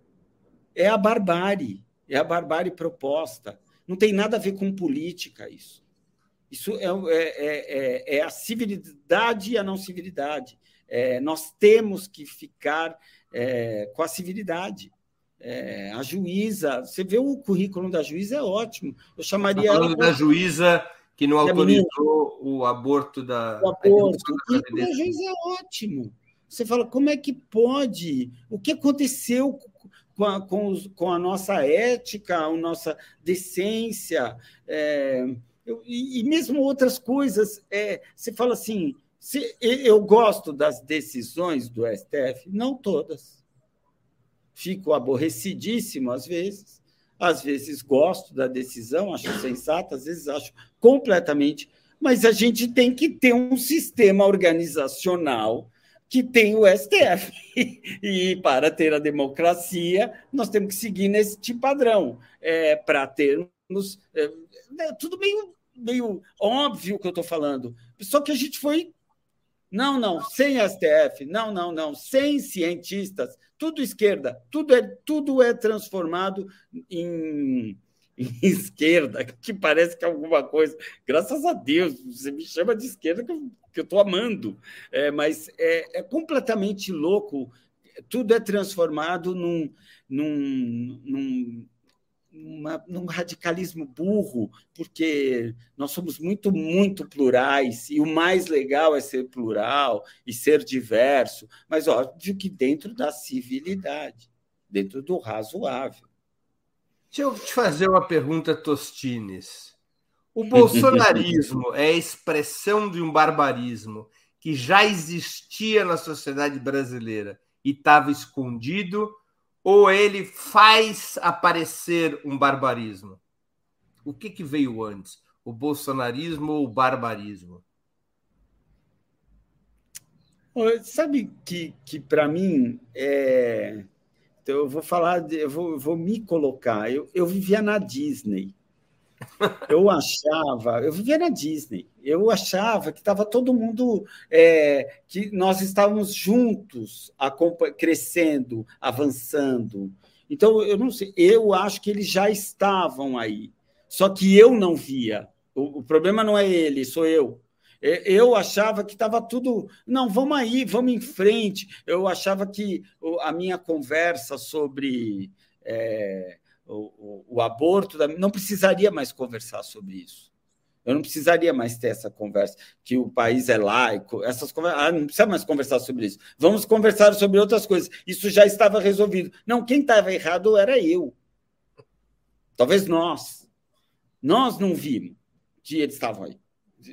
É a barbárie, é a barbárie proposta. Não tem nada a ver com política isso. Isso é, é, é, é a civilidade e a não civilidade. É, nós temos que ficar é, com a civilidade. É, a juíza, você vê o currículo da juíza, é ótimo. Eu chamaria tá falando ela. Da juíza que não autorizou o aborto da. O aborto. O currículo da juíza é ótimo. Você fala, como é que pode? O que aconteceu com a, com os, com a nossa ética, a nossa decência? É, eu, e, e mesmo outras coisas. É, você fala assim, se, eu gosto das decisões do S T F, não todas. Fico aborrecidíssimo às vezes, às vezes gosto da decisão, acho sensata, às vezes acho completamente, mas a gente tem que ter um sistema organizacional que tem o S T F. E para ter a democracia, nós temos que seguir nesse padrão, é, para termos... É, é tudo meio, meio óbvio que eu estou falando, só que a gente foi... Não, não, sem S T F, não, não, não, sem cientistas, tudo esquerda, tudo é, tudo é transformado em, em esquerda, que parece que é alguma coisa. Graças a Deus, você me chama de esquerda que eu estou amando, é, mas é, é completamente louco, tudo é transformado num, num, num Uma, num radicalismo burro, porque nós somos muito, muito plurais, e o mais legal é ser plural e ser diverso, mas óbvio que dentro da civilidade, dentro do razoável. Deixa eu te fazer uma pergunta, Tostines. O bolsonarismo é a expressão de um barbarismo que já existia na sociedade brasileira e estava escondido, ou ele faz aparecer um barbarismo? O que, que veio antes? O bolsonarismo ou o barbarismo? Sabe que, que para mim, é... então eu vou falar, de... eu, vou, eu vou me colocar, eu, eu vivia na Disney, eu achava, eu vivia na Disney, eu achava que estava todo mundo, é, que nós estávamos juntos, crescendo, avançando. Então, eu não sei, eu acho que eles já estavam aí, só que eu não via. O, o problema não é ele, sou eu. Eu achava que estava tudo... Não, vamos aí, vamos em frente. Eu achava que a minha conversa sobre... É, O, o, o aborto, não precisaria mais conversar sobre isso. Eu não precisaria mais ter essa conversa, que o país é laico, essas conversas, ah, não precisa mais conversar sobre isso. Vamos conversar sobre outras coisas. Isso já estava resolvido. Não, quem estava errado era eu. Talvez nós. Nós não vimos que eles estavam aí.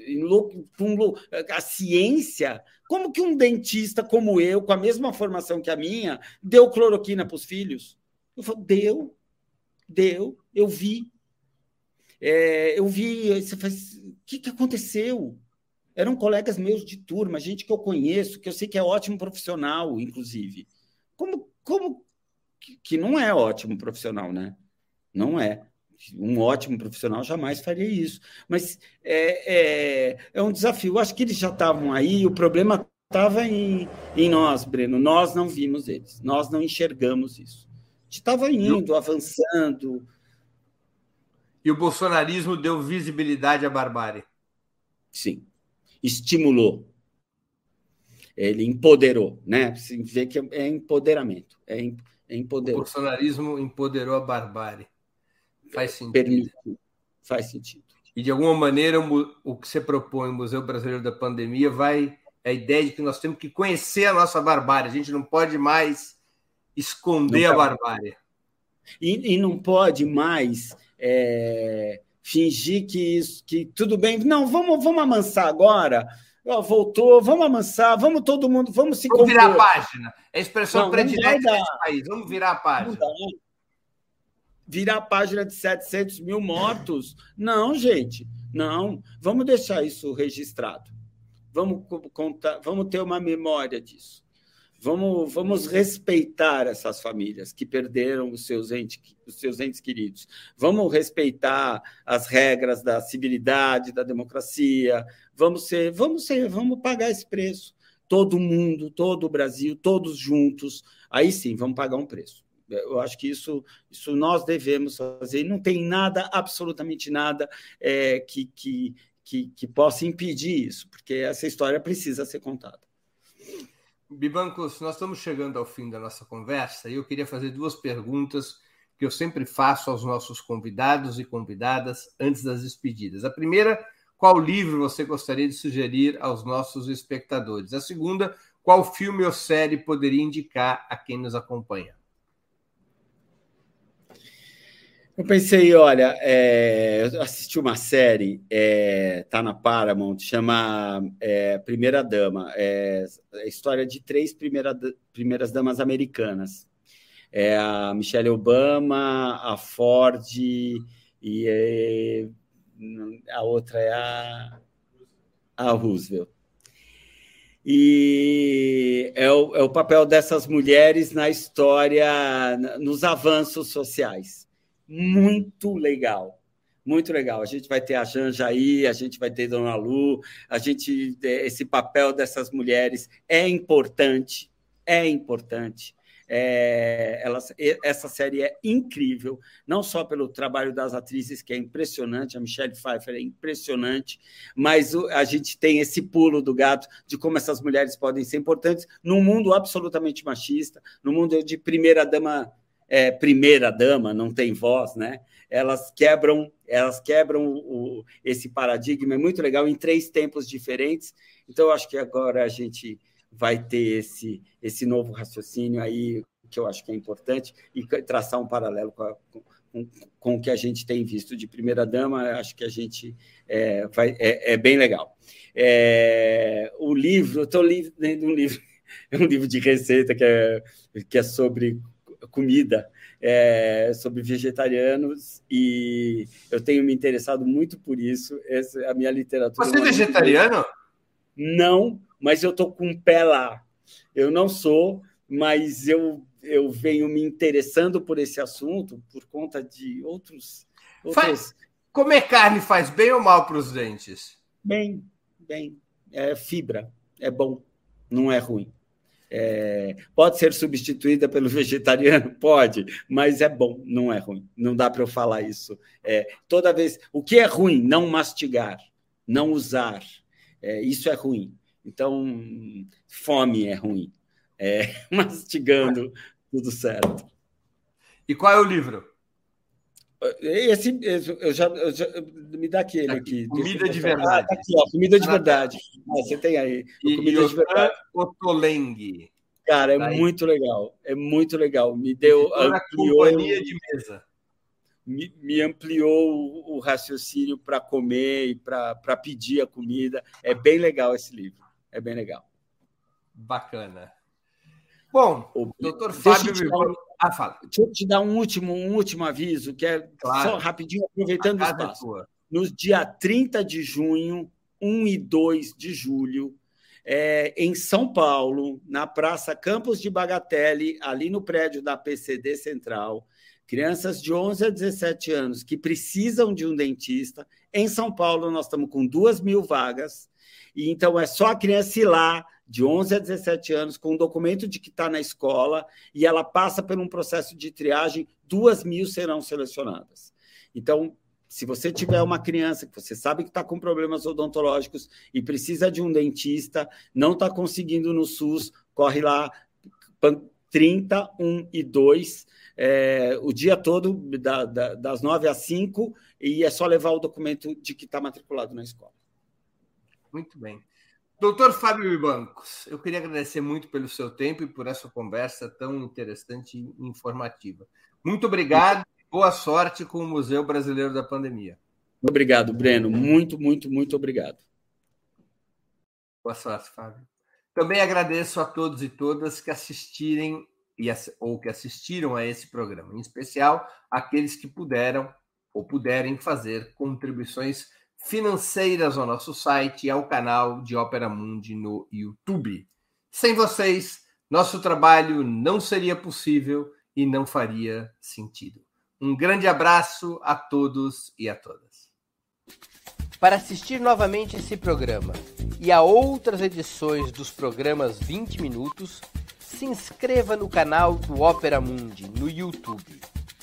A ciência, como que um dentista como eu, com a mesma formação que a minha, deu cloroquina para os filhos? Eu falo, deu. Deu, eu vi. É, eu vi, você faz, o que, que aconteceu? Eram colegas meus de turma, gente que eu conheço, que eu sei que é ótimo profissional, inclusive. Como, como que, que não é ótimo profissional, né? Não é. Um ótimo profissional jamais faria isso. Mas é, é, é um desafio. Eu acho que eles já estavam aí, o problema estava em, em nós, Breno. Nós não vimos eles, nós não enxergamos isso. A gente estava indo, avançando. E o bolsonarismo deu visibilidade à barbárie. Sim. Estimulou. Ele empoderou, né? Você vê que é empoderamento. É empoderou. O bolsonarismo empoderou a barbárie. Faz sentido. permitir. Faz sentido. E, de alguma maneira, o que você propõe, o Museu Brasileiro da Pandemia, vai a ideia de que nós temos que conhecer a nossa barbárie. A gente não pode mais esconder não a barbárie. E, e não pode mais é, fingir que, isso, que tudo bem. Não, vamos, vamos amansar agora. Oh, voltou, vamos amansar, vamos todo mundo, vamos se Vamos compor. virar a página. É a expressão não, predileta desse país. Vamos virar a página. Virar a página de setecentos mil mortos? Não, gente. Não. Vamos deixar isso registrado. Vamos, contar, vamos ter uma memória disso. Vamos, vamos respeitar essas famílias que perderam os seus, entes, os seus entes queridos. Vamos respeitar as regras da civilidade, da democracia. Vamos ser, vamos ser, vamos pagar esse preço. Todo mundo, todo o Brasil, todos juntos. Aí sim, vamos pagar um preço. Eu acho que isso, isso nós devemos fazer. Não tem nada, absolutamente nada, é, que, que, que, que possa impedir isso, porque essa história precisa ser contada. Bibancos, nós estamos chegando ao fim da nossa conversa e eu queria fazer duas perguntas que eu sempre faço aos nossos convidados e convidadas antes das despedidas. A primeira, qual livro você gostaria de sugerir aos nossos espectadores? A segunda, qual filme ou série poderia indicar a quem nos acompanha? Eu pensei, olha, é, eu assisti uma série, é, tá na Paramount, chama é, Primeira Dama, é a história de três primeira, primeiras damas americanas. É a Michelle Obama, a Ford e é, a outra é a, a Roosevelt. E é o, é o papel dessas mulheres na história, nos avanços sociais. Muito legal, muito legal. A gente vai ter a Janja aí, a gente vai ter Dona Lu, a gente, esse papel dessas mulheres é importante, é importante. É, elas, essa série é incrível, não só pelo trabalho das atrizes, que é impressionante, a Michelle Pfeiffer é impressionante, mas a gente tem esse pulo do gato de como essas mulheres podem ser importantes num mundo absolutamente machista, num mundo de primeira dama. É, primeira dama, não tem voz, né? Elas quebram, elas quebram o, esse paradigma, é muito legal, em três tempos diferentes. Então, eu acho que agora a gente vai ter esse, esse novo raciocínio aí, que eu acho que é importante, e traçar um paralelo com, a, com, com o que a gente tem visto de primeira dama, acho que a gente é, vai, é, é bem legal. É, o livro, eu estou lendo um livro, é um livro de receita que é, que é sobre comida, é, sobre vegetarianos, e eu tenho me interessado muito por isso. Essa é a minha literatura. Você é vegetariano? Não, mas eu estou com um pé lá. Eu não sou, mas eu, eu venho me interessando por esse assunto por conta de outros... outros... Faz... Comer carne faz bem ou mal para os dentes? Bem, bem. É fibra, é bom, não é ruim. É, pode ser substituída pelo vegetariano? Pode, mas é bom, não é ruim. Não dá para eu falar isso. É, toda vez. O que é ruim? Não mastigar, não usar. É, isso é ruim. Então, fome é ruim. É, mastigando, tudo certo. E qual é o livro? Esse, esse eu, já, eu já. Me dá aquele aqui. Comida de verdade. Ah, aqui, ó, comida de verdade. Ah, você tem aí. E, comida e de verdade. Ottolenghi. Cara, é tá muito legal. É muito legal. Me deu. Ampliou, companhia de mesa. Me, me ampliou o, o raciocínio para comer e para pedir a comida. É bem legal esse livro. É bem legal. Bacana. Bom, o doutor Fábio... Um... Ah, fala. Deixa eu te dar um último, um último aviso, que é claro. Só rapidinho, aproveitando o espaço. É no dia trinta de junho, um e dois de julho, é, em São Paulo, na Praça Campos de Bagatelle, ali no prédio da P C D Central, crianças de onze a dezessete anos que precisam de um dentista. Em São Paulo, nós estamos com duas mil vagas, e então é só a criança ir lá, de onze a dezessete anos, com um documento de que está na escola, e ela passa por um processo de triagem, duas mil serão selecionadas. Então, se você tiver uma criança que você sabe que está com problemas odontológicos e precisa de um dentista, não está conseguindo no SUS, corre lá, trinta, um e dois, é, o dia todo, da, da, das nove às cinco, e é só levar o documento de que está matriculado na escola. Muito bem. Doutor Fábio Vibancos, eu queria agradecer muito pelo seu tempo e por essa conversa tão interessante e informativa. Muito obrigado e boa sorte com o Museu Brasileiro da Pandemia. Obrigado, Breno. Muito, muito, muito obrigado. Boa sorte, Fábio. Também agradeço a todos e todas que assistirem ou que assistiram a esse programa, em especial aqueles que puderam ou puderem fazer contribuições financeiras ao nosso site e ao canal de Ópera Mundi no YouTube. Sem vocês, nosso trabalho não seria possível e não faria sentido. Um grande abraço a todos e a todas. Para assistir novamente esse programa e a outras edições dos programas vinte minutos, se inscreva no canal do Ópera Mundi no YouTube.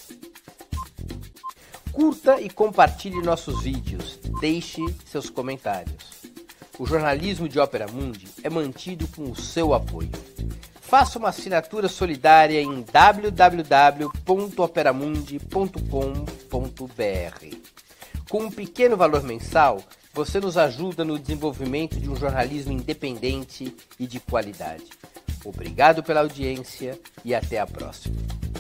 Curta e compartilhe nossos vídeos. Deixe seus comentários. O jornalismo de Ópera Mundi é mantido com o seu apoio. Faça uma assinatura solidária em w w w ponto operamundi ponto com ponto b r. Com um pequeno valor mensal, você nos ajuda no desenvolvimento de um jornalismo independente e de qualidade. Obrigado pela audiência e até a próxima.